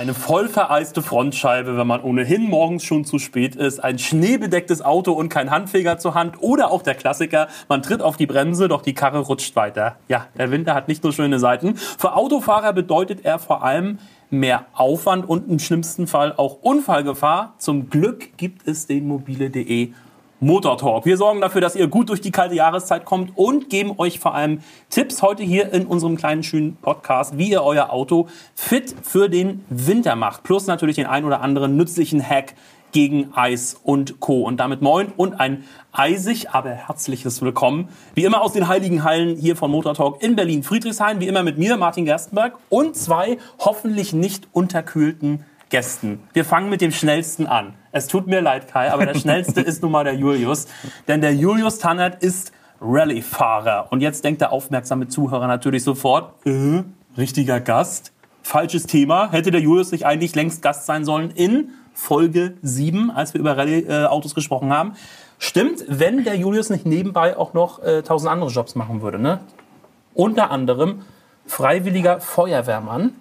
Eine voll vereiste Frontscheibe, wenn man ohnehin morgens schon zu spät ist, ein schneebedecktes Auto und kein Handfeger zur Hand oder auch der Klassiker, man tritt auf die Bremse, doch die Karre rutscht weiter. Ja, der Winter hat nicht nur schöne Seiten. Für Autofahrer bedeutet er vor allem mehr Aufwand und im schlimmsten Fall auch Unfallgefahr. Zum Glück gibt es den mobile.de Motortalk. Wir sorgen dafür, dass ihr gut durch die kalte Jahreszeit kommt und geben euch vor allem Tipps heute hier in unserem kleinen, schönen Podcast, wie ihr euer Auto fit für den Winter macht. Plus natürlich den ein oder anderen nützlichen Hack gegen Eis und Co. Und damit moin und ein eisig, aber herzliches Willkommen. Wie immer aus den heiligen Hallen hier von Motortalk in Berlin-Friedrichshain. Wie immer mit mir, Martin Gerstenberg, und zwei hoffentlich nicht unterkühlten Gästen. Wir fangen mit dem Schnellsten an. Es tut mir leid, Kai, aber der Schnellste ist nun mal der Julius. Denn der Julius Tannert ist Rallye-Fahrer. Und jetzt denkt der aufmerksame Zuhörer natürlich sofort, richtiger Gast? Falsches Thema. Hätte der Julius nicht eigentlich längst Gast sein sollen in Folge 7, als wir über Rallye-Autos gesprochen haben. Stimmt, wenn der Julius nicht nebenbei auch noch 1000 andere Jobs machen würde. Ne? Unter anderem freiwilliger Feuerwehrmann,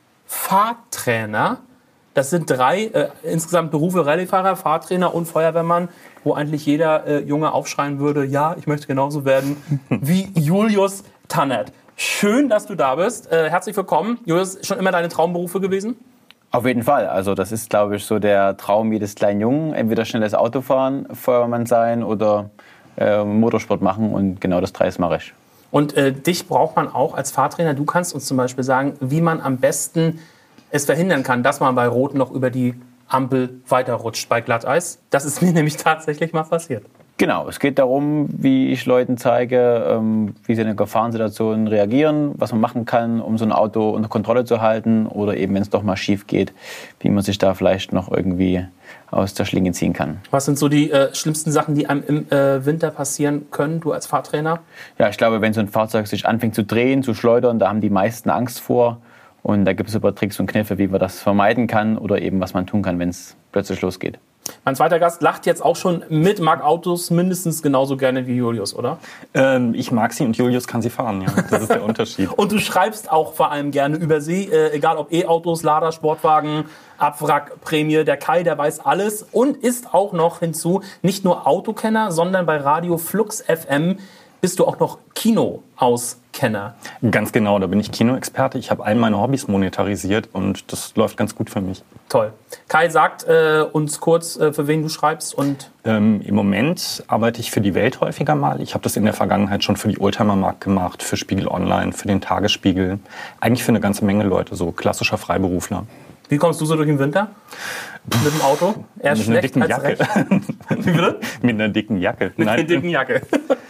Fahrtrainer. Das sind 3 insgesamt Berufe: Rallyefahrer, Fahrtrainer und Feuerwehrmann, wo eigentlich jeder Junge aufschreien würde, ja, ich möchte genauso werden wie Julius Tannert. Schön, dass du da bist. Herzlich willkommen. Julius, schon immer deine Traumberufe gewesen? Auf jeden Fall. Also das ist, glaube ich, so der Traum jedes kleinen Jungen. Entweder schnelles Auto fahren, Feuerwehrmann sein oder Motorsport machen. Und genau das 3 mache ich. Und dich braucht man auch als Fahrtrainer. Du kannst uns zum Beispiel sagen, wie man am besten es verhindern kann, dass man bei Rot noch über die Ampel weiterrutscht bei Glatteis. Das ist mir nämlich tatsächlich mal passiert. Genau, es geht darum, wie ich Leuten zeige, wie sie in Gefahrensituationen reagieren, was man machen kann, um so ein Auto unter Kontrolle zu halten oder eben, wenn es doch mal schief geht, wie man sich da vielleicht noch irgendwie aus der Schlinge ziehen kann. Was sind so die schlimmsten Sachen, die einem im Winter passieren können, du als Fahrtrainer? Ja, ich glaube, wenn so ein Fahrzeug sich anfängt zu drehen, zu schleudern, da haben die meisten Angst vor. Und da gibt es aber Tricks und Kniffe, wie man das vermeiden kann oder eben was man tun kann, wenn es plötzlich losgeht. Mein zweiter Gast lacht jetzt auch schon mit, mag Autos mindestens genauso gerne wie Julius, oder? Ich mag sie und Julius kann sie fahren, ja. Das ist der Unterschied. Und du schreibst auch vor allem gerne über sie, egal ob E-Autos, Lader, Sportwagen, Abwrackprämie. Der Kai, der weiß alles und ist auch noch hinzu nicht nur Autokenner, sondern bei Radio Flux FM bist du auch noch Kinoauskenner. Ganz genau, da bin ich Kinoexperte. Ich habe all meine Hobbys monetarisiert und das läuft ganz gut für mich. Toll. Kai, sagt uns kurz, für wen du schreibst. Und im Moment arbeite ich für die Welt häufiger mal. Ich habe das in der Vergangenheit schon für die Oldtimer-Markt gemacht, für Spiegel Online, für den Tagesspiegel. Eigentlich für eine ganze Menge Leute, so klassischer Freiberufler. Wie kommst du so durch den Winter? Mit dem Auto? Eher mit schlecht einer dicken als Jacke. recht. Wie bitte? Mit einer dicken Jacke. Mit einer dicken Jacke.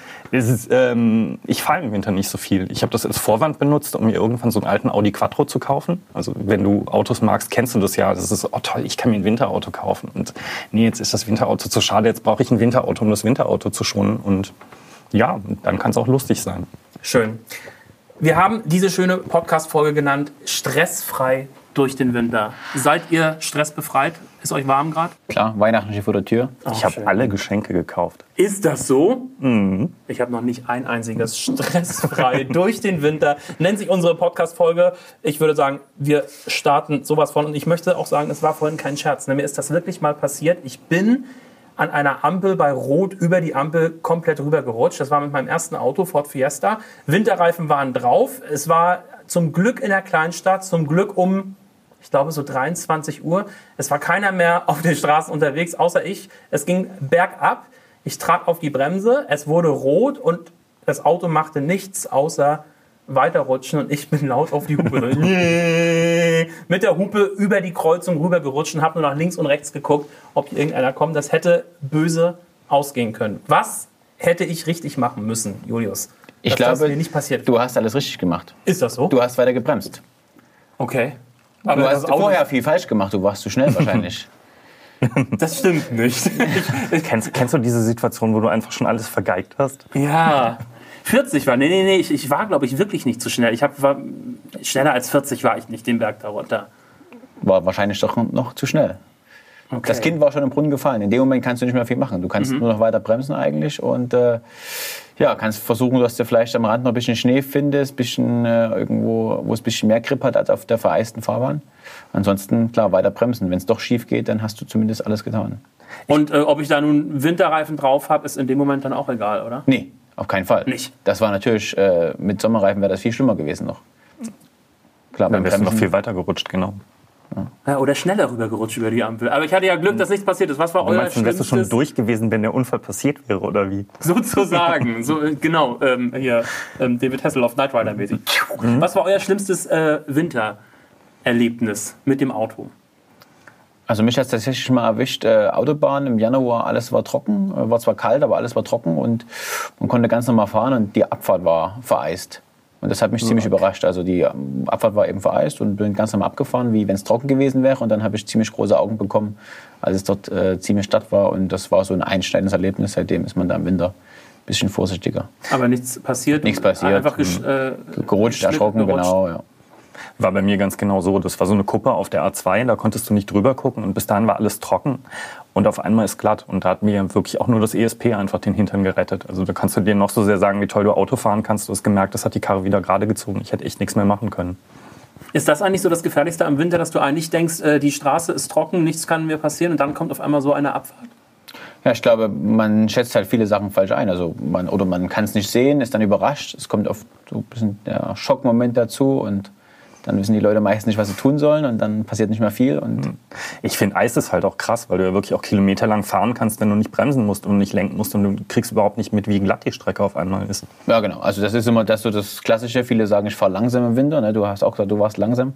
Ich fahre im Winter nicht so viel. Ich habe das als Vorwand benutzt, um mir irgendwann so einen alten Audi Quattro zu kaufen. Also wenn du Autos magst, kennst du das ja. Das ist, oh toll, ich kann mir ein Winterauto kaufen. Und nee, jetzt ist das Winterauto zu schade. Jetzt brauche ich ein Winterauto, um das Winterauto zu schonen. Und ja, dann kann es auch lustig sein. Schön. Wir haben diese schöne Podcast-Folge genannt, stressfrei durch den Winter. Seid ihr stressbefreit? Ist euch warm gerade? Klar, Weihnachten steht vor der Tür. Ich habe alle Geschenke gekauft. Ist das so? Mhm. Ich habe noch nicht ein einziges stressfrei durch den Winter. Nennt sich unsere Podcast-Folge. Ich würde sagen, wir starten sowas von. Und ich möchte auch sagen, es war vorhin kein Scherz. Mir ist das wirklich mal passiert. Ich bin an einer Ampel bei Rot über die Ampel komplett rübergerutscht. Das war mit meinem ersten Auto, Ford Fiesta. Winterreifen waren drauf. Es war zum Glück in der Kleinstadt, zum Glück um, ich glaube, so 23 Uhr. Es war keiner mehr auf den Straßen unterwegs, außer ich. Es ging bergab. Ich trat auf die Bremse. Es wurde rot und das Auto machte nichts außer weiterrutschen. Und ich bin laut auf die Hupe. Mit der Hupe über die Kreuzung rübergerutscht und habe nur nach links und rechts geguckt, ob hier irgendeiner kommt. Das hätte böse ausgehen können. Was hätte ich richtig machen müssen, Julius? Ich glaube, mir nicht passiert. Du hast alles richtig gemacht. Ist das so? Du hast weiter gebremst. Okay. Aber du hast vorher viel falsch gemacht, du warst zu schnell wahrscheinlich. Das stimmt nicht. Kennst du diese Situation, wo du einfach schon alles vergeigt hast? Ja. 40 war, nee, ich war, glaube ich, wirklich nicht zu schnell. War schneller als 40 war ich nicht den Berg darunter. War wahrscheinlich doch noch zu schnell. Okay. Das Kind war schon im Brunnen gefallen. In dem Moment kannst du nicht mehr viel machen. Du kannst nur noch weiter bremsen eigentlich und kannst versuchen, dass du vielleicht am Rand noch ein bisschen Schnee findest, bisschen irgendwo, wo es ein bisschen mehr Grip hat als auf der vereisten Fahrbahn. Ansonsten, klar, weiter bremsen. Wenn es doch schief geht, dann hast du zumindest alles getan. Und ob ich da nun Winterreifen drauf habe, ist in dem Moment dann auch egal, oder? Nee, auf keinen Fall. Nicht. Das war natürlich, mit Sommerreifen wäre das viel schlimmer gewesen noch. Klar, Dann wärst du noch viel weiter gerutscht, genau. Ja, oder schneller rübergerutscht über die Ampel. Aber ich hatte ja Glück, dass nichts passiert ist. Was war Du euer meinst, dann wärst du schlimmstes... schon durch gewesen, wenn der Unfall passiert wäre, oder wie? Sozusagen. So, genau, David Hasselhoff, Knight Rider mäßig. Was war euer schlimmstes Wintererlebnis mit dem Auto? Also mich hat es tatsächlich mal erwischt, Autobahn im Januar, alles war trocken, war zwar kalt, aber alles war trocken und man konnte ganz normal fahren und die Abfahrt war vereist. Und das hat mich ziemlich überrascht. Also die Abfahrt war eben vereist und bin ganz normal abgefahren, wie wenn es trocken gewesen wäre. Und dann habe ich ziemlich große Augen bekommen, als es dort ziemlich statt war. Und das war so ein einschneidendes Erlebnis. Seitdem ist man da im Winter ein bisschen vorsichtiger. Aber nichts passiert? Nichts passiert. Einfach gerutscht, erschrocken, genau. Ja. War bei mir ganz genau so. Das war so eine Kuppe auf der A2, da konntest du nicht drüber gucken und bis dahin war alles trocken und auf einmal ist glatt. Und da hat mir wirklich auch nur das ESP einfach den Hintern gerettet. Also da kannst du dir noch so sehr sagen, wie toll du Auto fahren kannst. Du hast gemerkt, das hat die Karre wieder gerade gezogen. Ich hätte echt nichts mehr machen können. Ist das eigentlich so das Gefährlichste am Winter, dass du eigentlich denkst, die Straße ist trocken, nichts kann mir passieren und dann kommt auf einmal so eine Abfahrt? Ja, ich glaube, man schätzt halt viele Sachen falsch ein. Also man kann es nicht sehen, ist dann überrascht. Es kommt oft so ein bisschen der Schockmoment dazu und dann wissen die Leute meistens nicht, was sie tun sollen und dann passiert nicht mehr viel. Und ich finde, Eis ist halt auch krass, weil du ja wirklich auch kilometerlang fahren kannst, wenn du nicht bremsen musst und nicht lenken musst und du kriegst überhaupt nicht mit, wie glatt die Strecke auf einmal ist. Ja, genau. Also das ist immer das Klassische. Viele sagen, ich fahre langsam im Winter. Ne? Du hast auch gesagt, du warst langsam.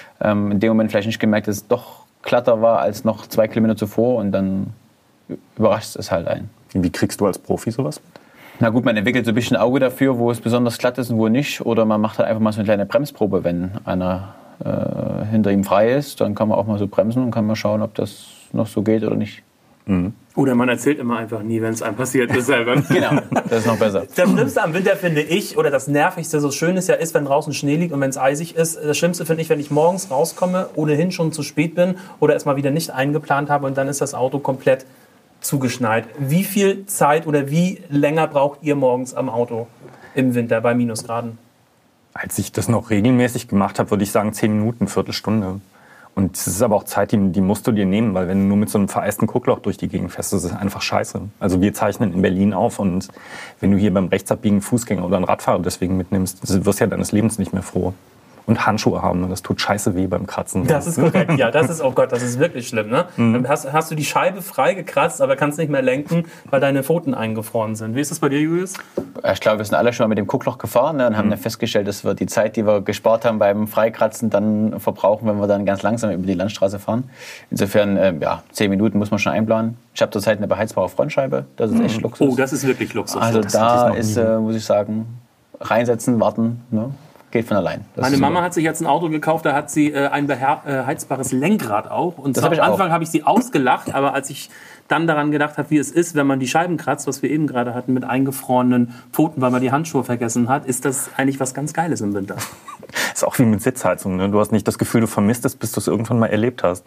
In dem Moment vielleicht nicht gemerkt, dass es doch glatter war als noch 2 Kilometer zuvor und dann überrascht es halt einen. Wie kriegst du als Profi sowas mit? Na gut, man entwickelt so ein bisschen Auge dafür, wo es besonders glatt ist und wo nicht. Oder man macht halt einfach mal so eine kleine Bremsprobe, wenn einer hinter ihm frei ist. Dann kann man auch mal so bremsen und kann mal schauen, ob das noch so geht oder nicht. Mhm. Oder man erzählt immer einfach nie, wenn es einem passiert ist selber. Genau, das ist noch besser. Das Schlimmste am Winter finde ich, oder das Nervigste, so schön es ja ist, wenn draußen Schnee liegt und wenn es eisig ist. Das Schlimmste finde ich, wenn ich morgens rauskomme, ohnehin schon zu spät bin oder es mal wieder nicht eingeplant habe und dann ist das Auto komplett zugeschneit. Wie viel Zeit oder wie länger braucht ihr morgens am Auto im Winter bei Minusgraden? Als ich das noch regelmäßig gemacht habe, würde ich sagen 10 Minuten, Viertelstunde. Und es ist aber auch Zeit, die musst du dir nehmen, weil wenn du nur mit so einem vereisten Guckloch durch die Gegend fährst, das ist einfach scheiße. Also wir zeichnen in Berlin auf und wenn du hier beim Rechtsabbiegen Fußgänger oder einen Radfahrer deswegen mitnimmst, wirst du ja deines Lebens nicht mehr froh. Und Handschuhe haben, das tut scheiße weh beim Kratzen. Das ist korrekt, ja, das ist, oh Gott, das ist wirklich schlimm, ne? Dann hast du die Scheibe frei gekratzt, aber kannst nicht mehr lenken, weil deine Pfoten eingefroren sind. Wie ist das bei dir, Julius? Ich glaube, wir sind alle schon mal mit dem Guckloch gefahren, ne, und haben dann festgestellt, dass wir die Zeit, die wir gespart haben beim Freikratzen, dann verbrauchen, wenn wir dann ganz langsam über die Landstraße fahren. Insofern, 10 Minuten muss man schon einplanen. Ich habe zurzeit eine beheizbare Frontscheibe, das ist echt Luxus. Oh, das ist wirklich Luxus. Also da ist, muss ich sagen, reinsetzen, warten, ne? Geht von allein. Meine Mama hat sich jetzt ein Auto gekauft, da hat sie ein beheizbares Lenkrad auch. Und am Anfang habe ich sie ausgelacht, aber als ich dann daran gedacht habe, wie es ist, wenn man die Scheiben kratzt, was wir eben gerade hatten, mit eingefrorenen Pfoten, weil man die Handschuhe vergessen hat, ist das eigentlich was ganz Geiles im Winter. Ist auch wie mit Sitzheizung, ne? Du hast nicht das Gefühl, du vermisst es, bis du es irgendwann mal erlebt hast.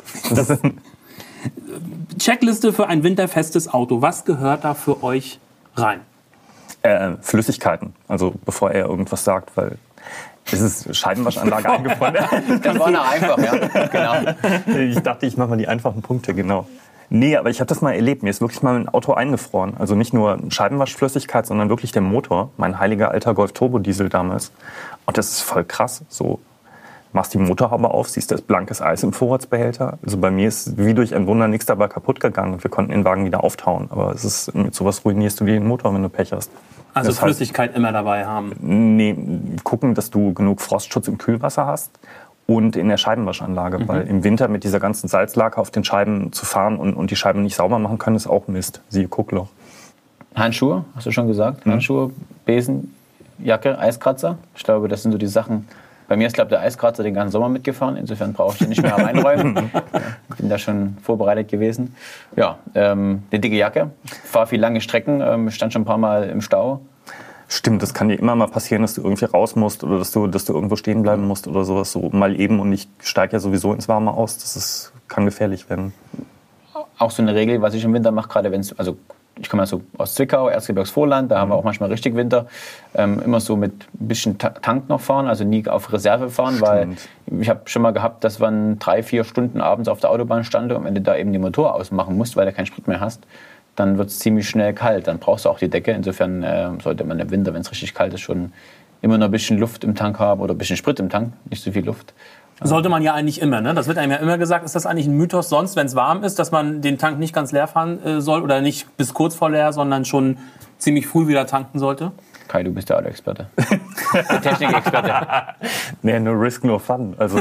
Checkliste für ein winterfestes Auto. Was gehört da für euch rein? Flüssigkeiten, also bevor er irgendwas sagt, weil es ist Scheibenwaschanlage eingefroren. Das war noch einfach, ja. Genau. Ich dachte, ich mache mal die einfachen Punkte, genau. Nee, aber ich habe das mal erlebt. Mir ist wirklich mal ein Auto eingefroren. Also nicht nur Scheibenwaschflüssigkeit, sondern wirklich der Motor. Mein heiliger alter Golf Turbo Diesel damals. Und das ist voll krass. So, machst die Motorhaube auf, siehst das blankes Eis im Vorratsbehälter. Also bei mir ist wie durch ein Wunder nichts dabei kaputt gegangen. Und wir konnten den Wagen wieder auftauen. Aber es ist, mit sowas ruinierst du dir den Motor, wenn du Pech hast. Also das Flüssigkeit immer dabei haben? Nee, gucken, dass du genug Frostschutz im Kühlwasser hast und in der Scheibenwaschanlage. Weil im Winter mit dieser ganzen Salzlake auf den Scheiben zu fahren und die Scheiben nicht sauber machen können, ist auch Mist. Siehe Guckloch. Handschuhe, hast du schon gesagt. Handschuhe, Besen, Jacke, Eiskratzer. Ich glaube, das sind so die Sachen. Bei mir ist, glaube ich, der Eiskratzer den ganzen Sommer mitgefahren. Insofern brauche ich den nicht mehr reinräumen. Bin da schon vorbereitet gewesen. Ja, eine dicke Jacke. Ich fahre viel lange Strecken. Stand schon ein paar Mal im Stau. Stimmt, das kann dir immer mal passieren, dass du irgendwie raus musst oder dass du irgendwo stehen bleiben musst oder sowas. So mal eben und ich steige ja sowieso ins Warme aus. Kann gefährlich werden. auch so eine Regel, was ich im Winter mache, gerade wenn es, also ich komme ja so aus Zwickau, Erzgebirgsvorland, da haben wir auch manchmal richtig Winter, immer so mit ein bisschen Tank noch fahren, also nie auf Reserve fahren, weil ich habe schon mal gehabt, dass man 3-4 Stunden abends auf der Autobahn stand und wenn du da eben den Motor ausmachen musst, weil du keinen Sprit mehr hast, dann wird es ziemlich schnell kalt, dann brauchst du auch die Decke. Insofern sollte man im Winter, wenn es richtig kalt ist, schon immer noch ein bisschen Luft im Tank haben oder ein bisschen Sprit im Tank, nicht so viel Luft. Sollte man ja eigentlich immer, ne? Das wird einem ja immer gesagt. Ist das eigentlich ein Mythos sonst, wenn es warm ist, dass man den Tank nicht ganz leer fahren soll oder nicht bis kurz vor leer, sondern schon ziemlich früh wieder tanken sollte? Kai, du bist der Autoexperte. Der Technikexperte. Nee, no risk, no fun. Also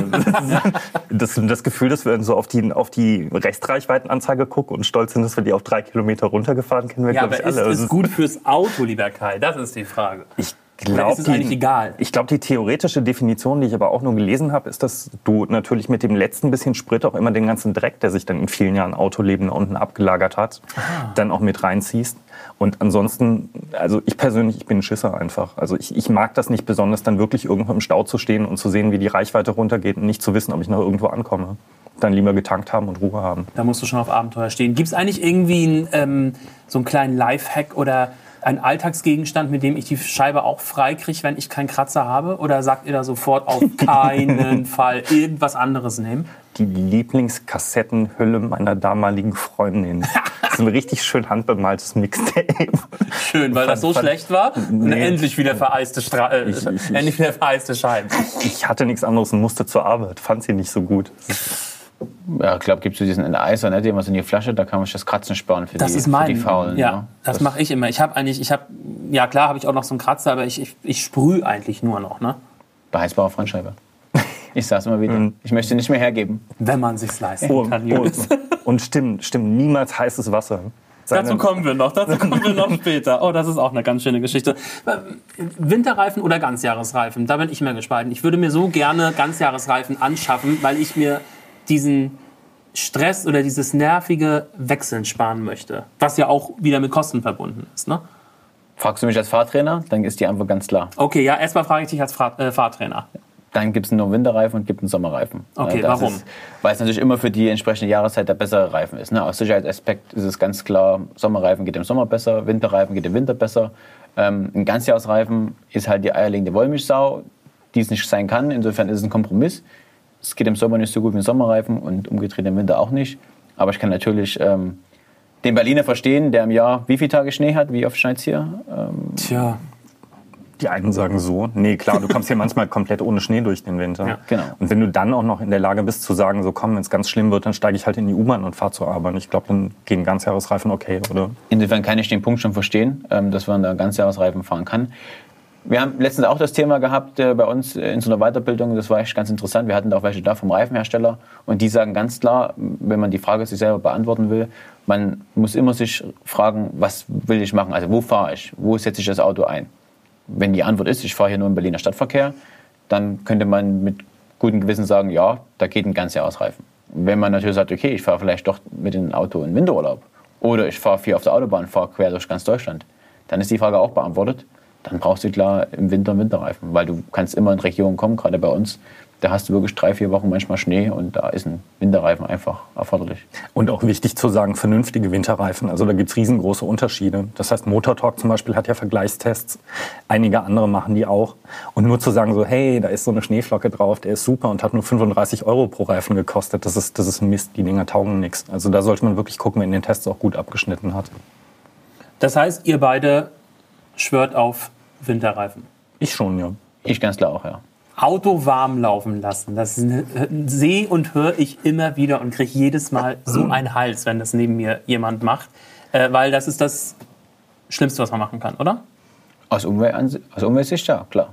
das Gefühl, dass wir so auf die Restreichweitenanzeige gucken und stolz sind, dass wir die auf 3 Kilometer runtergefahren, kennen wir, Ja, glaube ich, aber alle. ist es gut fürs Auto, lieber Kai? Das ist die Frage. Oder ist es eigentlich egal? Ich glaube, die theoretische Definition, die ich aber auch nur gelesen habe, ist, dass du natürlich mit dem letzten bisschen Sprit auch immer den ganzen Dreck, der sich dann in vielen Jahren Autoleben da unten abgelagert hat, dann auch mit reinziehst. Und ansonsten, also ich persönlich, ich bin ein Schisser einfach. Also ich mag das nicht besonders, dann wirklich irgendwo im Stau zu stehen und zu sehen, wie die Reichweite runtergeht und nicht zu wissen, ob ich noch irgendwo ankomme. Dann lieber getankt haben und Ruhe haben. Da musst du schon auf Abenteuer stehen. Gibt es eigentlich irgendwie so einen kleinen Lifehack oder ein Alltagsgegenstand, mit dem ich die Scheibe auch frei kriege, wenn ich keinen Kratzer habe? Oder sagt ihr da sofort auf keinen Fall irgendwas anderes nehmen? Die Lieblingskassettenhülle meiner damaligen Freundin. Das ist ein richtig schön handbemaltes Mixtape. Schön, weil das so schlecht war. Und endlich wieder vereiste Scheiben. Ich hatte nichts anderes und musste zur Arbeit. Fand sie nicht so gut. Ja, ich glaube, gibt es diesen Enteiser, ne, den man so in die Flasche, da kann man sich das Kratzen sparen für die Faulen. Ja, ne? das mache ich immer. Ja klar habe ich auch noch so einen Kratzer, aber ich sprühe eigentlich nur noch, ne? Beheizbare Frontscheibe. Ich sag's immer wieder. Ich möchte nicht mehr hergeben. Wenn man sich's leisten kann, Julius. Und stimmt, niemals heißes Wasser. Dazu kommen wir noch später. Oh, das ist auch eine ganz schöne Geschichte. Winterreifen oder Ganzjahresreifen, da bin ich immer gespannt. Ich würde mir so gerne Ganzjahresreifen anschaffen, weil ich mir diesen Stress oder dieses nervige Wechseln sparen möchte. Was ja auch wieder mit Kosten verbunden ist, ne? Fragst du mich als Fahrtrainer, dann ist die Antwort ganz klar. Okay, ja, erstmal frage ich dich als Fahrtrainer. Dann gibt es nur Winterreifen und gibt einen Sommerreifen. Okay, warum? Weil es natürlich immer für die entsprechende Jahreszeit der bessere Reifen ist. Ne? Aus Sicherheitsaspekt ist es ganz klar, Sommerreifen geht im Sommer besser, Winterreifen geht im Winter besser. Ein Ganzjahresreifen ist halt die eierlegende Wollmilchsau, die es nicht sein kann. Insofern ist es ein Kompromiss. Es geht im Sommer nicht so gut wie ein Sommerreifen und umgedreht im Winter auch nicht. Aber ich kann natürlich den Berliner verstehen, der im Jahr wie viele Tage Schnee hat, wie oft schneit es hier? Tja. Die einen sagen so, nee, klar, du kommst hier manchmal komplett ohne Schnee durch den Winter. Ja, genau. Und wenn du dann auch noch in der Lage bist zu sagen, so komm, wenn es ganz schlimm wird, dann steige ich halt in die U-Bahn und fahre zur Arbeit. Ich glaube, dann gehen Ganzjahresreifen okay, oder? Insofern kann ich den Punkt schon verstehen, dass man da Ganzjahresreifen fahren kann. Wir haben letztens auch das Thema gehabt bei uns in so einer Weiterbildung, das war echt ganz interessant. Wir hatten da auch welche da vom Reifenhersteller und die sagen ganz klar, wenn man die Frage sich selber beantworten will, man muss immer sich fragen, was will ich machen? Also wo fahre ich? Wo setze ich das Auto ein? Wenn die Antwort ist, ich fahre hier nur im Berliner Stadtverkehr, dann könnte man mit gutem Gewissen sagen, ja, da geht ein Ganzjahresreifen. Wenn man natürlich sagt, okay, ich fahre vielleicht doch mit dem Auto in Winterurlaub oder ich fahre viel auf der Autobahn, fahre quer durch ganz Deutschland, dann ist die Frage auch beantwortet. Dann brauchst du klar im Winter einen Winterreifen, weil du kannst immer in Regionen kommen, gerade bei uns, da hast du wirklich 3-4 Wochen manchmal Schnee und da ist ein Winterreifen einfach erforderlich. Und auch wichtig zu sagen, vernünftige Winterreifen. Also da gibt es riesengroße Unterschiede. Das heißt, Motortalk zum Beispiel hat ja Vergleichstests. Einige andere machen die auch. Und nur zu sagen so, hey, da ist so eine Schneeflocke drauf, der ist super und hat nur 35 € pro Reifen gekostet, das ist Mist, die Dinger taugen nichts. Also da sollte man wirklich gucken, wenn den Test auch gut abgeschnitten hat. Das heißt, ihr beide schwört auf Winterreifen? Ich schon, ja. Ich ganz klar auch, ja. Auto warm laufen lassen, das sehe und höre ich immer wieder und kriege jedes Mal so einen Hals, wenn das neben mir jemand macht. Weil das ist das Schlimmste, was man machen kann, oder? Aus Umweltsicht, ja, klar.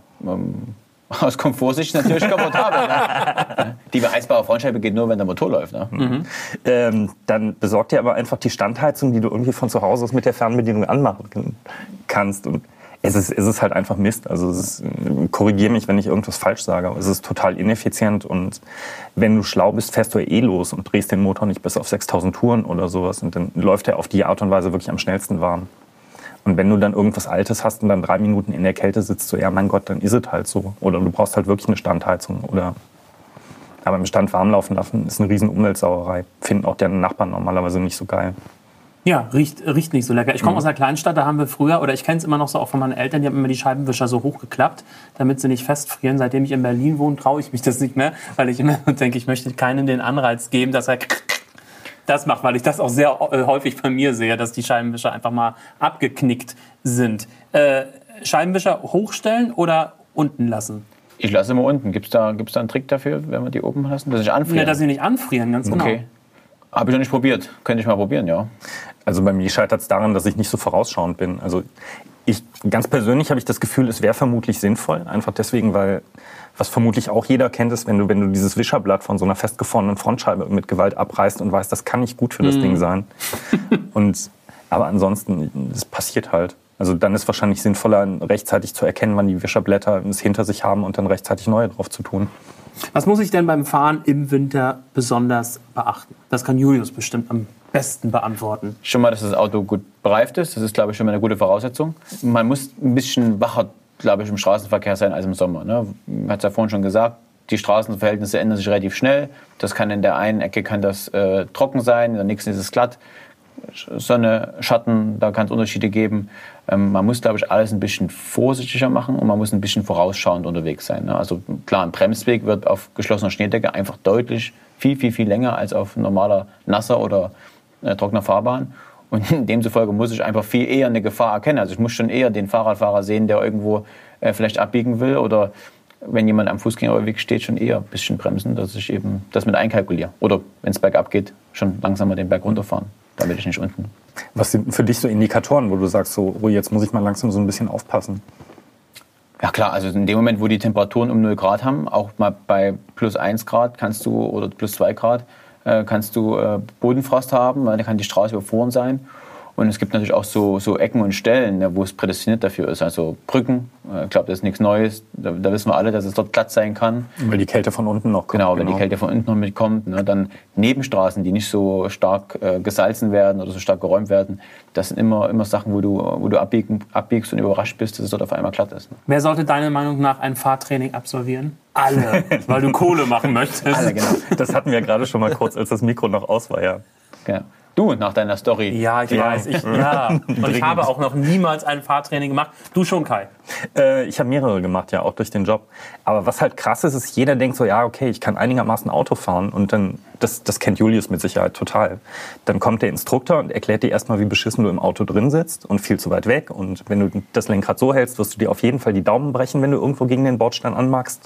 Aus Komfortsicht natürlich komfortabel. Ne? Die beheizbare Frontscheibe geht nur, wenn der Motor läuft. Ne? Dann besorg dir aber einfach die Standheizung, die du irgendwie von zu Hause aus mit der Fernbedienung anmachen kannst. Und es ist halt einfach Mist. Also korrigiere mich, wenn ich irgendwas falsch sage, aber es ist total ineffizient und wenn du schlau bist, fährst du ja los und drehst den Motor nicht bis auf 6000 Touren oder sowas und dann läuft er auf die Art und Weise wirklich am schnellsten warm. Und wenn du dann irgendwas Altes hast und dann 3 Minuten in der Kälte sitzt, so ja mein Gott, dann ist es halt so. Oder du brauchst halt wirklich eine Standheizung oder Aber im Stand warm laufen lassen ist eine riesen Umweltsauerei. Finden auch deren Nachbarn normalerweise nicht so geil. Ja, riecht nicht so lecker. Ich komme aus einer Kleinstadt, da haben wir früher, oder ich kenne es immer noch so auch von meinen Eltern, die haben immer die Scheibenwischer so hochgeklappt, damit sie nicht festfrieren. Seitdem ich in Berlin wohne, traue ich mich das nicht mehr, weil ich immer denke, ich möchte keinem den Anreiz geben, dass er das macht, weil ich das auch sehr häufig bei mir sehe, dass die Scheibenwischer einfach mal abgeknickt sind. Scheibenwischer hochstellen oder unten lassen? Ich lasse immer unten. Gibt's da einen Trick dafür, wenn wir die oben lassen? Dass ich anfrieren? Ja, dass sie nicht anfrieren, ganz genau. Okay. Habe ich noch nicht probiert. Könnte ich mal probieren, ja. Also bei mir scheitert es daran, dass ich nicht so vorausschauend bin. Also ganz persönlich habe ich das Gefühl, es wäre vermutlich sinnvoll. Einfach deswegen, weil, was vermutlich auch jeder kennt, ist, wenn du dieses Wischerblatt von so einer festgefrorenen Frontscheibe mit Gewalt abreißt und weißt, das kann nicht gut für das Ding sein. Aber ansonsten, das passiert halt. Also dann ist wahrscheinlich sinnvoller, rechtzeitig zu erkennen, wann die Wischerblätter es hinter sich haben und dann rechtzeitig neue drauf zu tun. Was muss ich denn beim Fahren im Winter besonders beachten? Das kann Julius bestimmt am besten beantworten. Schon mal, dass das Auto gut bereift ist. Das ist, glaube ich, schon mal eine gute Voraussetzung. Man muss ein bisschen wacher, glaube ich, im Straßenverkehr sein als im Sommer. Ne? Man hat es ja vorhin schon gesagt, die Straßenverhältnisse ändern sich relativ schnell. Das kann in der einen Ecke trocken sein, in der nächsten ist es glatt. Sonne, Schatten, da kann es Unterschiede geben. Man muss, glaube ich, alles ein bisschen vorsichtiger machen und man muss ein bisschen vorausschauend unterwegs sein. Ne? Also klar, ein Bremsweg wird auf geschlossener Schneedecke einfach deutlich viel länger als auf normaler, nasser oder trockener Fahrbahn. Und demzufolge muss ich einfach viel eher eine Gefahr erkennen. Also ich muss schon eher den Fahrradfahrer sehen, der irgendwo vielleicht abbiegen will, oder wenn jemand am Fußgängerweg steht, schon eher ein bisschen bremsen, dass ich eben das mit einkalkuliere. Oder wenn es bergab geht, schon langsamer den Berg runterfahren, damit ich nicht unten. Was sind für dich so Indikatoren, wo du sagst, so, oh, jetzt muss ich mal langsam so ein bisschen aufpassen? Ja klar, also in dem Moment, wo die Temperaturen um 0 Grad haben, auch mal bei plus 1 Grad kannst du, oder plus 2 Grad, kannst du Bodenfrost haben, weil da kann die Straße überfroren sein. Und es gibt natürlich auch so Ecken und Stellen, wo es prädestiniert dafür ist. Also Brücken, ich glaube, das ist nichts Neues. Da wissen wir alle, dass es dort glatt sein kann. Weil die Kälte von unten noch kommt. Genau, wenn die Kälte von unten noch mitkommt. Ne, dann Nebenstraßen, die nicht so stark gesalzen werden oder so stark geräumt werden. Das sind immer Sachen, wo du abbiegst und überrascht bist, dass es dort auf einmal glatt ist. Ne? Wer sollte deiner Meinung nach ein Fahrtraining absolvieren? Alle, weil du Kohle machen möchtest. Alle, genau. Das hatten wir gerade schon mal kurz, als das Mikro noch aus war, ja. Genau. Du, nach deiner Story. Ja, ich weiß. Und ich habe auch noch niemals ein Fahrtraining gemacht. Du schon, Kai? Ich habe mehrere gemacht, ja, auch durch den Job. Aber was halt krass ist, jeder denkt so, ja, okay, ich kann einigermaßen Auto fahren. Und dann, das kennt Julius mit Sicherheit total. Dann kommt der Instruktor und erklärt dir erstmal, wie beschissen du im Auto drin sitzt und viel zu weit weg. Und wenn du das Lenkrad so hältst, wirst du dir auf jeden Fall die Daumen brechen, wenn du irgendwo gegen den Bordstein anmachst.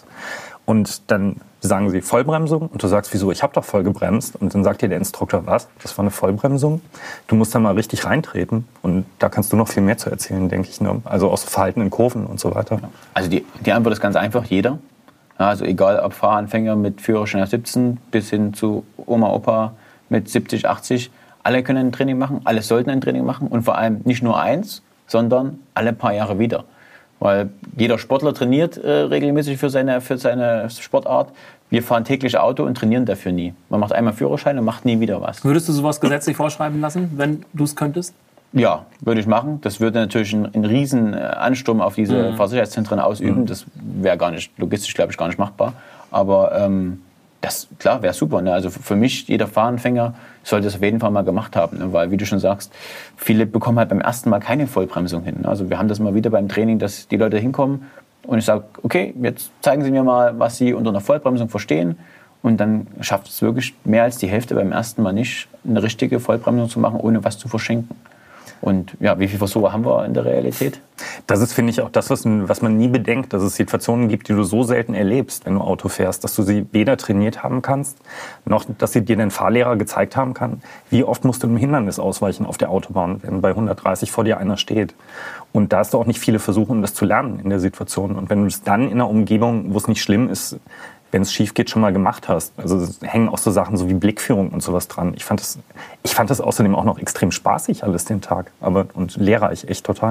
Und dann sagen sie Vollbremsung und du sagst, wieso, ich habe doch voll gebremst. Und dann sagt dir der Instruktor, was? Das war eine Vollbremsung? Du musst da mal richtig reintreten. Und da kannst du noch viel mehr zu erzählen, denke ich. Ne? Also aus Verhalten in Kurven und so weiter. Also die Antwort ist ganz einfach, jeder. Also egal ob Fahranfänger mit Führerschein ab 17 bis hin zu Oma, Opa mit 70, 80. Alle können ein Training machen, alle sollten ein Training machen. Und vor allem nicht nur eins, sondern alle paar Jahre wieder. Weil jeder Sportler trainiert regelmäßig für seine Sportart. Wir fahren täglich Auto und trainieren dafür nie. Man macht einmal Führerschein und macht nie wieder was. Würdest du sowas gesetzlich vorschreiben lassen, wenn du es könntest? Ja, würde ich machen. Das würde natürlich einen riesen Ansturm auf diese Fahrsicherheitszentren ausüben. Das wäre logistisch, glaube ich, gar nicht machbar. Aber das, klar, wäre super. Ne? Also für mich, jeder Fahranfänger sollte das auf jeden Fall mal gemacht haben. Ne? Weil, wie du schon sagst, viele bekommen halt beim ersten Mal keine Vollbremsung hin. Ne? Also wir haben das mal wieder beim Training, dass die Leute hinkommen und ich sage, okay, jetzt zeigen Sie mir mal, was Sie unter einer Vollbremsung verstehen. Und dann schafft es wirklich mehr als die Hälfte beim ersten Mal nicht, eine richtige Vollbremsung zu machen, ohne was zu verschenken. Und ja, wie viele Versuche haben wir in der Realität? Das ist, finde ich, auch das, was man nie bedenkt, dass es Situationen gibt, die du so selten erlebst, wenn du Auto fährst, dass du sie weder trainiert haben kannst, noch dass sie dir dein Fahrlehrer gezeigt haben kann. Wie oft musst du einem Hindernis ausweichen auf der Autobahn, wenn bei 130 vor dir einer steht? Und da hast du auch nicht viele Versuche, um das zu lernen in der Situation. Und wenn du es dann in einer Umgebung, wo es nicht schlimm ist, wenn es schief geht, schon mal gemacht hast. Also es hängen auch so Sachen so wie Blickführung und sowas dran. Ich fand das außerdem auch noch extrem spaßig alles den Tag. Und lehrreich, echt total.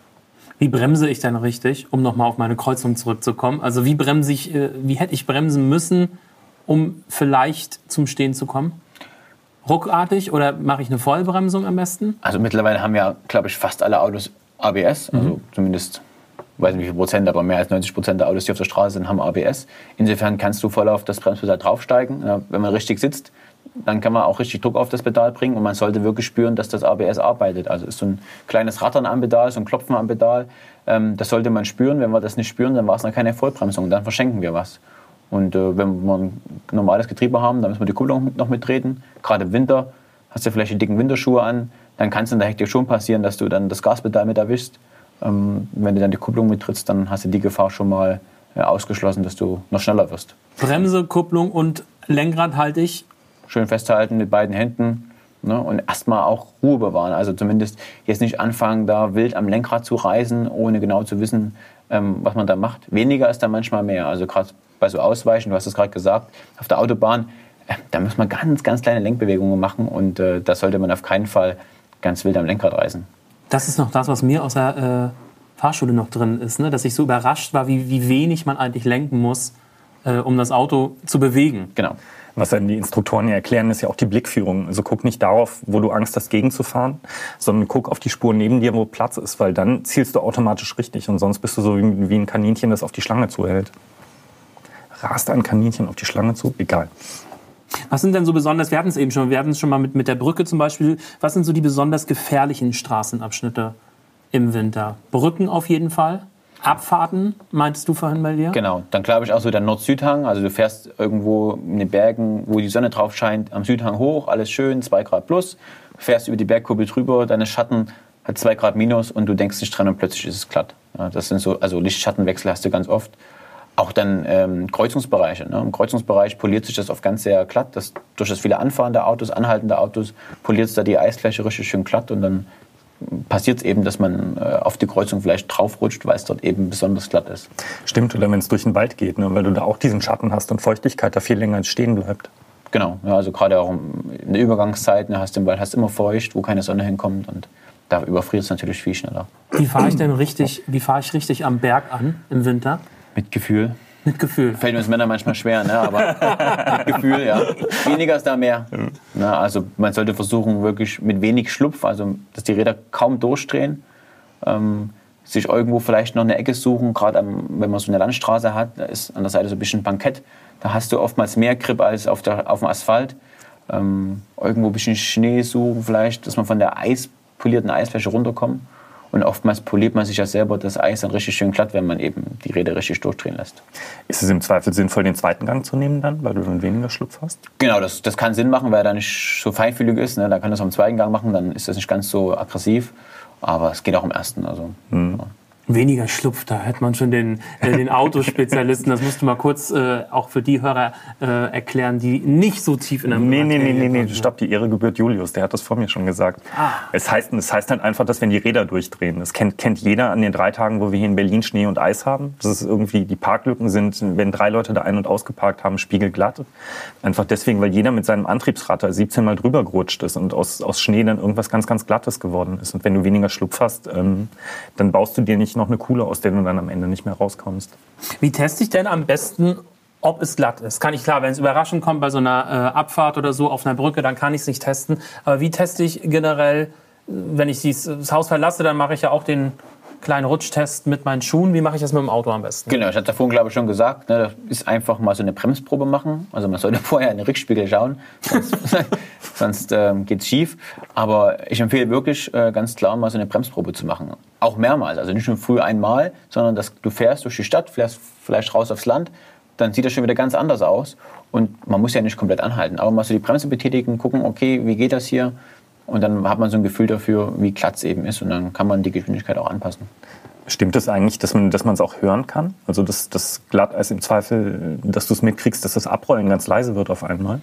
Wie bremse ich denn richtig, um nochmal auf meine Kreuzung zurückzukommen? Also wie hätte ich bremsen müssen, um vielleicht zum Stehen zu kommen? Ruckartig oder mache ich eine Vollbremsung am besten? Also mittlerweile haben ja, glaube ich, fast alle Autos ABS. Also zumindest weiß nicht wie viel Prozent, aber mehr als 90% der Autos, die auf der Straße sind, haben ABS. Insofern kannst du voll auf das Bremspedal draufsteigen. Ja, wenn man richtig sitzt, dann kann man auch richtig Druck auf das Pedal bringen und man sollte wirklich spüren, dass das ABS arbeitet. Also ist so ein kleines Rattern am Pedal, so ein Klopfen am Pedal. Das sollte man spüren. Wenn wir das nicht spüren, dann war es noch keine Vollbremsung, dann verschenken wir was. Und wenn wir ein normales Getriebe haben, dann müssen wir die Kupplung noch mittreten. Gerade im Winter hast du vielleicht die dicken Winterschuhe an, dann kann es in der Hektik schon passieren, dass du dann das Gaspedal mit erwischst. Wenn du dann die Kupplung mittrittst, dann hast du die Gefahr schon mal ausgeschlossen, dass du noch schneller wirst. Bremse, Kupplung und Lenkrad halte ich. Schön festhalten mit beiden Händen, ne, und erstmal auch Ruhe bewahren. Also zumindest jetzt nicht anfangen, da wild am Lenkrad zu reißen, ohne genau zu wissen, was man da macht. Weniger ist da manchmal mehr. Also gerade bei so Ausweichen, du hast es gerade gesagt, auf der Autobahn, da muss man ganz, ganz kleine Lenkbewegungen machen und da sollte man auf keinen Fall ganz wild am Lenkrad reißen. Das ist noch das, was mir aus der Fahrschule noch drin ist, ne? Dass ich so überrascht war, wie wenig man eigentlich lenken muss, um das Auto zu bewegen. Genau. Was dann die Instruktoren ja erklären, ist ja auch die Blickführung. Also guck nicht darauf, wo du Angst hast, gegenzufahren, sondern guck auf die Spur neben dir, wo Platz ist, weil dann zielst du automatisch richtig und sonst bist du so wie ein Kaninchen, das auf die Schlange zuhält. Rast ein Kaninchen auf die Schlange zu? Egal. Was sind denn so besonders, wir hatten es schon mal mit der Brücke zum Beispiel, was sind so die besonders gefährlichen Straßenabschnitte im Winter? Brücken auf jeden Fall? Abfahrten, meintest du vorhin bei dir? Genau, dann glaube ich auch so der Nord-Süd-Hang, also du fährst irgendwo in den Bergen, wo die Sonne drauf scheint, am Südhang hoch, alles schön, 2 Grad plus, fährst über die Bergkuppel drüber, deine Schatten hat 2 Grad minus und du denkst nicht dran und plötzlich ist es glatt. Ja, das sind so, also Licht-Schattenwechsel hast du ganz oft. Auch dann Kreuzungsbereiche. Ne? Im Kreuzungsbereich poliert sich das oft ganz sehr glatt. Durch das viele Anfahren der Autos, Anhalten der Autos, poliert es da die Eisfläche richtig schön glatt und dann passiert es eben, dass man auf die Kreuzung vielleicht draufrutscht, weil es dort eben besonders glatt ist. Stimmt, oder wenn es durch den Wald geht, ne? Weil du da auch diesen Schatten hast und Feuchtigkeit da viel länger stehen bleibt. Genau, ja, also gerade auch in der Übergangszeit, ne, hast du im Wald immer feucht, wo keine Sonne hinkommt und da überfriert es natürlich viel schneller. Wie fahre ich richtig am Berg an im Winter? Mit Gefühl. Mit Gefühl. Fällt uns Männer manchmal schwer, ne? Aber mit Gefühl, ja. Weniger ist da mehr. Na, also man sollte versuchen, wirklich mit wenig Schlupf, also dass die Räder kaum durchdrehen, sich irgendwo vielleicht noch eine Ecke suchen, gerade wenn man so eine Landstraße hat, da ist an der Seite so ein bisschen Bankett, da hast du oftmals mehr Grip als auf dem Asphalt. Irgendwo ein bisschen Schnee suchen vielleicht, dass man von der polierten Eisfläche runterkommt. Und oftmals poliert man sich ja selber das Eis dann richtig schön glatt, wenn man eben die Räder richtig durchdrehen lässt. Ist es im Zweifel sinnvoll, den zweiten Gang zu nehmen dann, weil du dann weniger Schlupf hast? Genau, das kann Sinn machen, weil er da nicht so feinfühlig ist. Ne? Da kann das auch im zweiten Gang machen, dann ist das nicht ganz so aggressiv. Aber es geht auch im ersten. Also, ja. Weniger Schlupf, da hätte man schon den Autospezialisten, das musst du mal kurz auch für die Hörer erklären, die nicht so tief in der Materie Nee, stopp, die Ehre gebührt Julius, der hat das vor mir schon gesagt. Es heißt halt einfach, dass wenn die Räder durchdrehen, das kennt jeder an den 3 Tagen, wo wir hier in Berlin Schnee und Eis haben, das ist irgendwie, die Parklücken sind, wenn 3 Leute da ein- und ausgeparkt haben, spiegelglatt. Einfach deswegen, weil jeder mit seinem Antriebsrad 17 Mal drüber gerutscht ist und aus Schnee dann irgendwas ganz, ganz Glattes geworden ist. Und wenn du weniger Schlupf hast, dann baust du dir nicht noch eine Kuhle, aus der du dann am Ende nicht mehr rauskommst. Wie teste ich denn am besten, ob es glatt ist? Kann ich, klar, wenn es überraschend kommt bei so einer Abfahrt oder so auf einer Brücke, dann kann ich es nicht testen. Aber wie teste ich generell, wenn ich das Haus verlasse, dann mache ich ja auch den kleinen Rutschtest mit meinen Schuhen. Wie mache ich das mit dem Auto am besten? Genau, ich hatte vorhin, glaube ich, schon gesagt, ne, das ist einfach mal so eine Bremsprobe machen. Also man sollte vorher in den Rückspiegel schauen, sonst geht es schief. Aber ich empfehle wirklich ganz klar, mal so eine Bremsprobe zu machen. Auch mehrmals, also nicht nur früh einmal, sondern dass du fährst durch die Stadt, fährst vielleicht raus aufs Land, dann sieht das schon wieder ganz anders aus. Und man muss ja nicht komplett anhalten, aber mal so die Bremse betätigen, gucken, okay, wie geht das hier? Und dann hat man so ein Gefühl dafür, wie glatt es eben ist. Und dann kann man die Geschwindigkeit auch anpassen. Stimmt es eigentlich, dass man es auch hören kann? Also das Glatteis im Zweifel, dass du es mitkriegst, dass das Abrollen ganz leise wird auf einmal?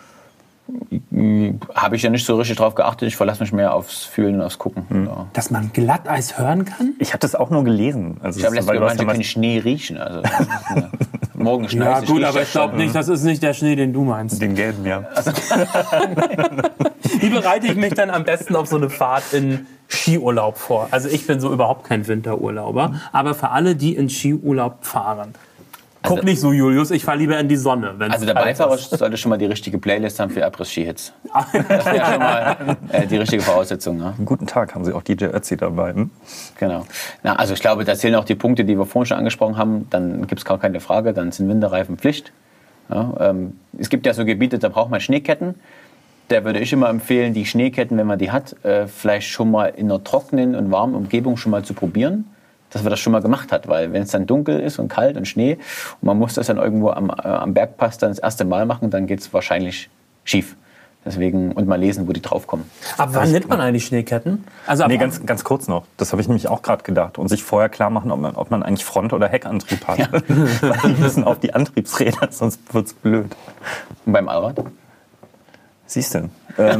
Habe ich ja nicht so richtig drauf geachtet. Ich verlasse mich mehr aufs Fühlen und aufs Gucken. Ja. Dass man Glatteis hören kann? Ich habe das auch nur gelesen. Also ich habe letztens gehört, man kann Schnee riechen. Also, morgen schneit ja gut, aber ich glaube nicht, das ist nicht der Schnee, den du meinst. Den gelben, ja. Also, Wie bereite ich mich dann am besten auf so eine Fahrt in Skiurlaub vor? Also ich bin so überhaupt kein Winterurlauber, aber für alle, die in Skiurlaub fahren, Guck nicht so, Julius, ich fahre lieber in die Sonne. Also der Beifahrer sollte schon mal die richtige Playlist haben für Abriss-Ski-Hits. Das wäre schon mal die richtige Voraussetzung. Ne? Guten Tag, haben Sie auch DJ Ötzi dabei? Genau. Also ich glaube, da zählen auch die Punkte, die wir vorhin schon angesprochen haben. Dann gibt es gar keine Frage, dann sind Winterreifen Pflicht. Ja, es gibt ja so Gebiete, da braucht man Schneeketten. Da würde ich immer empfehlen, die Schneeketten, wenn man die hat, vielleicht schon mal in einer trockenen und warmen Umgebung schon mal zu probieren. Dass man das schon mal gemacht hat, weil wenn es dann dunkel ist und kalt und Schnee und man muss das dann irgendwo am Bergpass dann das erste Mal machen, dann geht es wahrscheinlich schief. Deswegen, und mal lesen, wo die draufkommen. Ab wann nimmt man eigentlich Schneeketten? Also ganz kurz noch. Das habe ich nämlich auch gerade gedacht. Und sich vorher klar machen, ob man eigentlich Front- oder Heckantrieb hat. Ja. Weil die müssen auf die Antriebsräder, sonst wird es blöd. Und beim Allrad? Siehst du.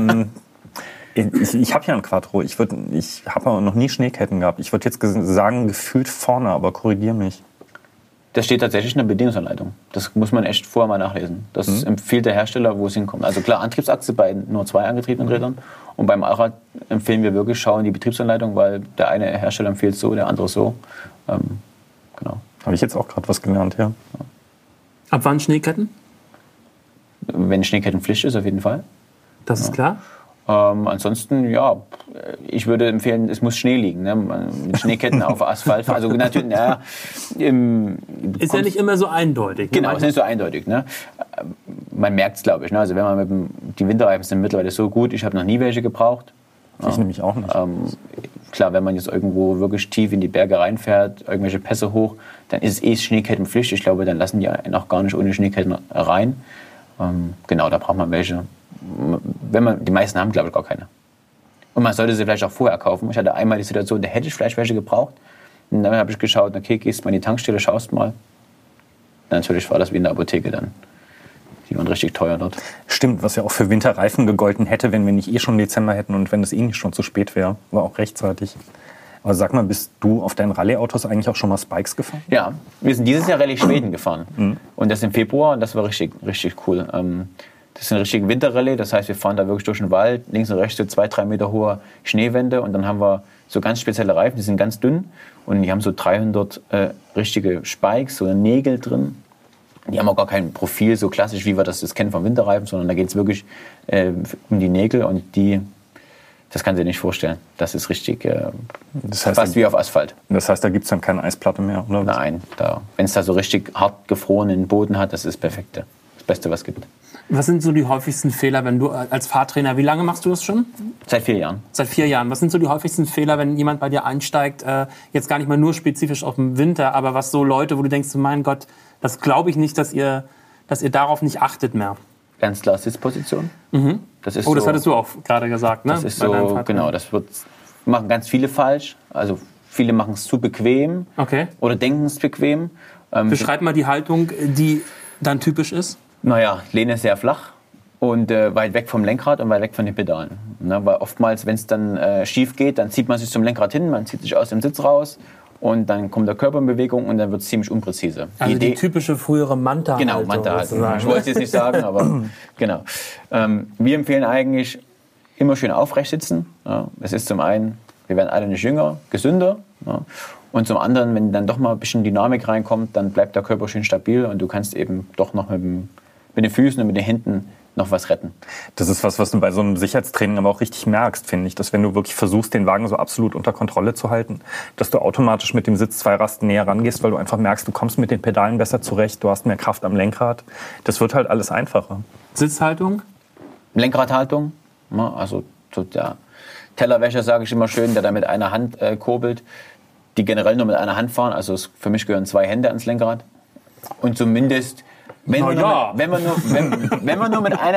Ich habe ja ein Quattro. Ich habe aber noch nie Schneeketten gehabt. Ich würde jetzt sagen, gefühlt vorne, aber korrigier mich. Das steht tatsächlich in der Bedienungsanleitung. Das muss man echt vorher mal nachlesen. Das empfiehlt der Hersteller, wo es hinkommt. Also klar, Antriebsachse bei nur 2 angetriebenen Rädern. Und beim Allrad empfehlen wir wirklich, schauen die Betriebsanleitung, weil der eine Hersteller empfiehlt so, der andere so. Genau. Habe ich jetzt auch gerade was gelernt, ja. Ab wann Schneeketten? Wenn Schneekettenpflicht ist, auf jeden Fall. Das ist klar. Ansonsten, ja, ich würde empfehlen, es muss Schnee liegen. Ne? Mit Schneeketten auf Asphalt. Also natürlich, ist ja nicht immer so eindeutig. Genau, ist nicht so eindeutig. Ne? Man merkt es, glaube ich. Ne? Also wenn man die Winterreifen sind mittlerweile so gut, ich habe noch nie welche gebraucht. Ich nämlich auch nicht. Klar, wenn man jetzt irgendwo wirklich tief in die Berge reinfährt, irgendwelche Pässe hoch, dann ist es Schneekettenpflicht. Ich glaube, dann lassen die einen auch gar nicht ohne Schneeketten rein. Genau, da braucht man welche. Die meisten haben, glaube ich, gar keine. Und man sollte sie vielleicht auch vorher kaufen. Ich hatte einmal die Situation, da hätte ich vielleicht welche gebraucht. Und dann habe ich geschaut, okay, gehst mal in die Tankstelle, schaust mal. Natürlich war das wie in der Apotheke dann. Die waren richtig teuer dort. Stimmt, was ja auch für Winterreifen gegolten hätte, wenn wir nicht schon Dezember hätten und wenn es nicht schon zu spät wäre. War auch rechtzeitig. Aber sag mal, bist du auf deinen Rallye-Autos eigentlich auch schon mal Spikes gefahren? Ja, wir sind dieses Jahr Rallye Schweden gefahren. Und das im Februar und das war richtig, richtig cool. Das ist eine richtige Winterrallye, das heißt, wir fahren da wirklich durch den Wald, links und rechts so 2-3 Meter hohe Schneewände und dann haben wir so ganz spezielle Reifen, die sind ganz dünn und die haben so 300 richtige Spikes, so Nägel drin. Die haben auch gar kein Profil so klassisch, wie wir das kennen vom Winterreifen, sondern da geht es wirklich um die Nägel und das kannst du dir nicht vorstellen. Das ist richtig, das heißt, fast wie auf Asphalt. Das heißt, da gibt es dann keine Eisplatte mehr, oder? Nein, wenn es da so richtig hart gefrorenen Boden hat, das ist das Beste, was es gibt. Was sind so die häufigsten Fehler, wenn du als Fahrtrainer, wie lange machst du das schon? Seit 4 Jahren. Seit 4 Jahren. Was sind so die häufigsten Fehler, wenn jemand bei dir einsteigt, jetzt gar nicht mal nur spezifisch auf den Winter, aber was so Leute, wo du denkst, mein Gott, das glaube ich nicht, dass ihr darauf nicht achtet mehr? Ganz klar Sitzposition. Das ist das hattest du auch gerade gesagt, ne? Das ist so, genau, machen ganz viele falsch. Also viele machen es zu bequem oder denken es bequem. Beschreib mal die Haltung, die dann typisch ist. Naja, Lehne sehr flach und weit weg vom Lenkrad und weit weg von den Pedalen. Ne? Weil oftmals, wenn es dann schief geht, dann zieht man sich zum Lenkrad hin, man zieht sich aus dem Sitz raus und dann kommt der Körper in Bewegung und dann wird es ziemlich unpräzise. Also die typische frühere Manta-Haltung. Genau, Manta-Haltung. Ich wollte es jetzt nicht sagen, aber genau. Wir empfehlen eigentlich immer schön aufrecht sitzen. Ja? Es ist zum einen, wir werden alle nicht jünger, gesünder. Ja? Und zum anderen, wenn dann doch mal ein bisschen Dynamik reinkommt, dann bleibt der Körper schön stabil und du kannst eben doch noch mit den Füßen und mit den Händen noch was retten. Das ist was du bei so einem Sicherheitstraining aber auch richtig merkst, finde ich, dass wenn du wirklich versuchst, den Wagen so absolut unter Kontrolle zu halten, dass du automatisch mit dem Sitz 2 Rasten näher rangehst, weil du einfach merkst, du kommst mit den Pedalen besser zurecht, du hast mehr Kraft am Lenkrad. Das wird halt alles einfacher. Sitzhaltung? Lenkradhaltung, ja, also so der Tellerwäscher, sage ich immer schön, der da mit einer Hand kurbelt, die generell nur mit einer Hand fahren, also für mich gehören 2 Hände ans Lenkrad und zumindest wenn wir nur mit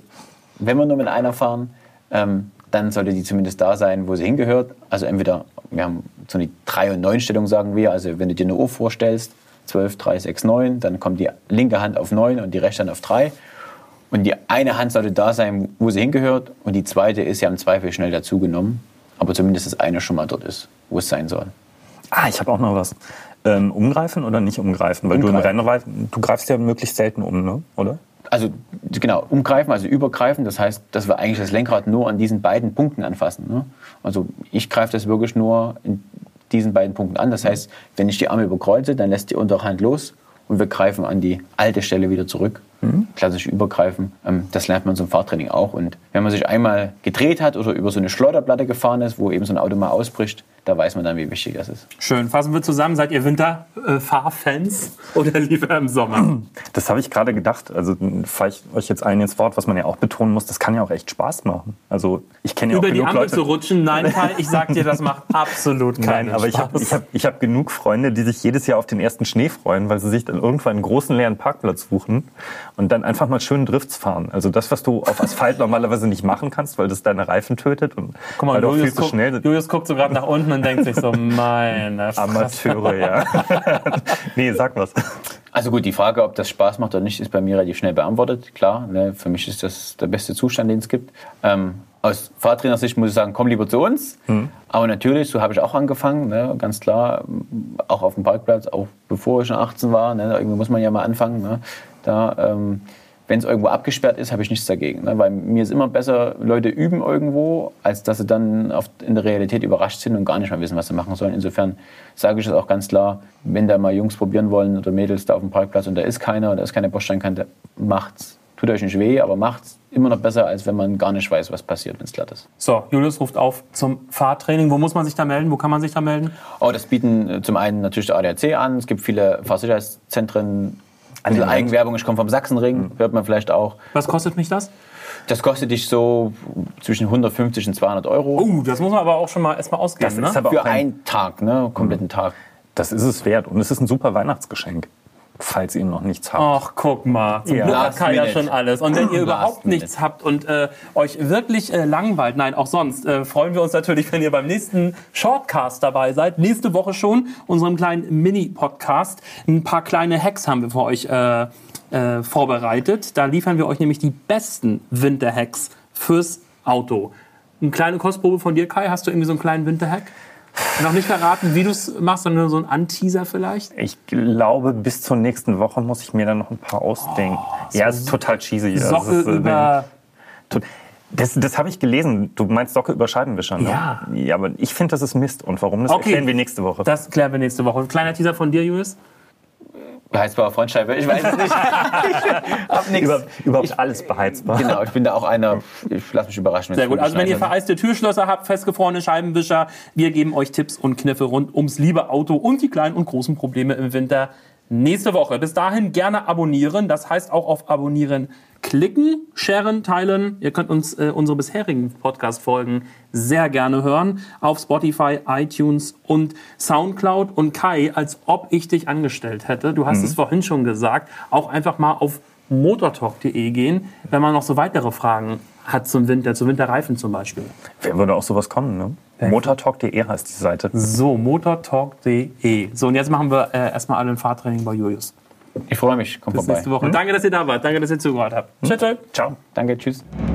einer fahren, dann sollte die zumindest da sein, wo sie hingehört. Also entweder, wir haben so eine 3- und 9-Stellung, sagen wir. Also wenn du dir eine Uhr vorstellst, 12, 3, 6, 9, dann kommt die linke Hand auf 9 und die rechte Hand auf 3. Und die eine Hand sollte da sein, wo sie hingehört. Und die zweite ist ja im Zweifel schnell dazugenommen. Aber zumindest das eine schon mal dort ist, wo es sein soll. Ich habe auch noch was. Umgreifen oder nicht umgreifen? Weil du im Rennreifen, du greifst ja möglichst selten um, ne? Oder? Also genau, umgreifen, also übergreifen. Das heißt, dass wir eigentlich das Lenkrad nur an diesen beiden Punkten anfassen. Ne? Also ich greife das wirklich nur in diesen beiden Punkten an. Das heißt, wenn ich die Arme überkreuze, dann lässt die untere Hand los und wir greifen an die alte Stelle wieder zurück. Klassisch übergreifen. Das lernt man zum Fahrtraining auch. Und wenn man sich einmal gedreht hat oder über so eine Schleuderplatte gefahren ist, wo eben so ein Auto mal ausbricht, da weiß man dann, wie wichtig das ist. Schön. Fassen wir zusammen. Seid ihr Winterfahrfans oder lieber im Sommer? Das habe ich gerade gedacht. Also fahre ich euch jetzt allen ins Wort, was man ja auch betonen muss, das kann ja auch echt Spaß machen. Also ich kenne ja auch Über die genug Ampel Leute. zu rutschen? Nein, Kai, ich sag dir, das macht absolut keinen Nein, aber Spaß. ich hab genug Freunde, die sich jedes Jahr auf den ersten Schnee freuen, weil sie sich dann irgendwann einen großen leeren Parkplatz suchen und dann einfach mal schön Drifts fahren. Also das, was du auf Asphalt normalerweise nicht machen kannst, weil das deine Reifen tötet und Guck mal, weil du auch viel zu schnell Julius guckt so gerade nach unten und denkt sich so, meine Amateure, ja. Nee, sag was. Also gut, die Frage, ob das Spaß macht oder nicht, ist bei mir relativ schnell beantwortet. Klar, ne, für mich ist das der beste Zustand, den es gibt. Aus Fahrtrainersicht muss ich sagen, komm lieber zu uns. Aber natürlich, so habe ich auch angefangen, ne, ganz klar, auch auf dem Parkplatz, auch bevor ich schon 18 war. Ne, irgendwie muss man ja mal anfangen. Ne, wenn es irgendwo abgesperrt ist, habe ich nichts dagegen. Ne, weil mir ist immer besser, Leute üben irgendwo, als dass sie dann in der Realität überrascht sind und gar nicht mehr wissen, was sie machen sollen. Insofern sage ich es auch ganz klar, wenn da mal Jungs probieren wollen oder Mädels da auf dem Parkplatz und da ist keiner, da ist keine Bordsteinkante, macht's. Tut euch nicht weh, aber macht's immer noch besser, als wenn man gar nicht weiß, was passiert, wenn es glatt ist. So, Julius ruft auf zum Fahrtraining. Wo muss man sich da melden? Wo kann man sich da melden? Oh, das bieten zum einen natürlich der ADAC an. Es gibt viele Fahrsicherheitszentren. Ein bisschen Eigenwerbung, ich komme vom Sachsenring, hört man vielleicht auch. Was kostet mich das? Das kostet dich so zwischen 150 und 200 Euro. Das muss man aber auch schon mal erstmal ausgeben. Das Ne? ist aber Für auch ein, einen Tag, ne? Kompletten Tag. das ist es wert und es ist ein super Weihnachtsgeschenk, falls ihr noch nichts habt. Ach, guck mal. Zum Ja. Glück hat Last Kai ja minute. schon alles. Und wenn ihr überhaupt Last minute. nichts habt und euch wirklich langweilt, nein, auch sonst, freuen wir uns natürlich, wenn ihr beim nächsten Shortcast dabei seid. Nächste Woche schon, unserem kleinen Mini-Podcast. Ein paar kleine Hacks haben wir für euch vorbereitet. Da liefern wir euch nämlich die besten Winterhacks fürs Auto. Eine kleine Kostprobe von dir, Kai. Hast du irgendwie so einen kleinen Winterhack? Noch nicht verraten, wie du es machst, sondern nur so ein Anteaser vielleicht? Ich glaube, bis zur nächsten Woche muss ich mir dann noch ein paar ausdenken. Ja, es ist total cheesy. Socke das ist, über... Das habe ich gelesen. Du meinst Socke über Scheibenwischer, ne? Ja. Ja, aber ich finde, das ist Mist. Und warum, das erklären wir nächste Woche. Das klären wir nächste Woche. Ein kleiner Teaser von dir, Julius? Beheizbare Frontscheibe, ich weiß es nicht. Hab nix. Überhaupt alles beheizbar. Genau, ich bin da auch einer, ich lasse mich überraschen. Sehr gut. Also wenn ihr vereiste Türschlösser habt, festgefrorene Scheibenwischer, wir geben euch Tipps und Kniffe rund ums liebe Auto und die kleinen und großen Probleme im Winter nächste Woche. Bis dahin gerne abonnieren. Das heißt auch auf Abonnieren klicken, sharen, teilen. Ihr könnt uns unsere bisherigen Podcast-Folgen sehr gerne hören auf Spotify, iTunes und Soundcloud. Und Kai, als ob ich dich angestellt hätte, du hast es vorhin schon gesagt, auch einfach mal auf motortalk.de gehen, wenn man noch so weitere Fragen hat zum Winter, zu Winterreifen zum Beispiel. Wer würde auf sowas kommen, ne? Motortalk.de heißt die Seite. So, motortalk.de. So, und jetzt machen wir erstmal alle ein Fahrtraining bei Julius. Ich freue mich, kommt Bis vorbei. nächste Woche. Danke, dass ihr da wart. Danke, dass ihr zugehört habt. Tschüss. Ciao. Danke, tschüss.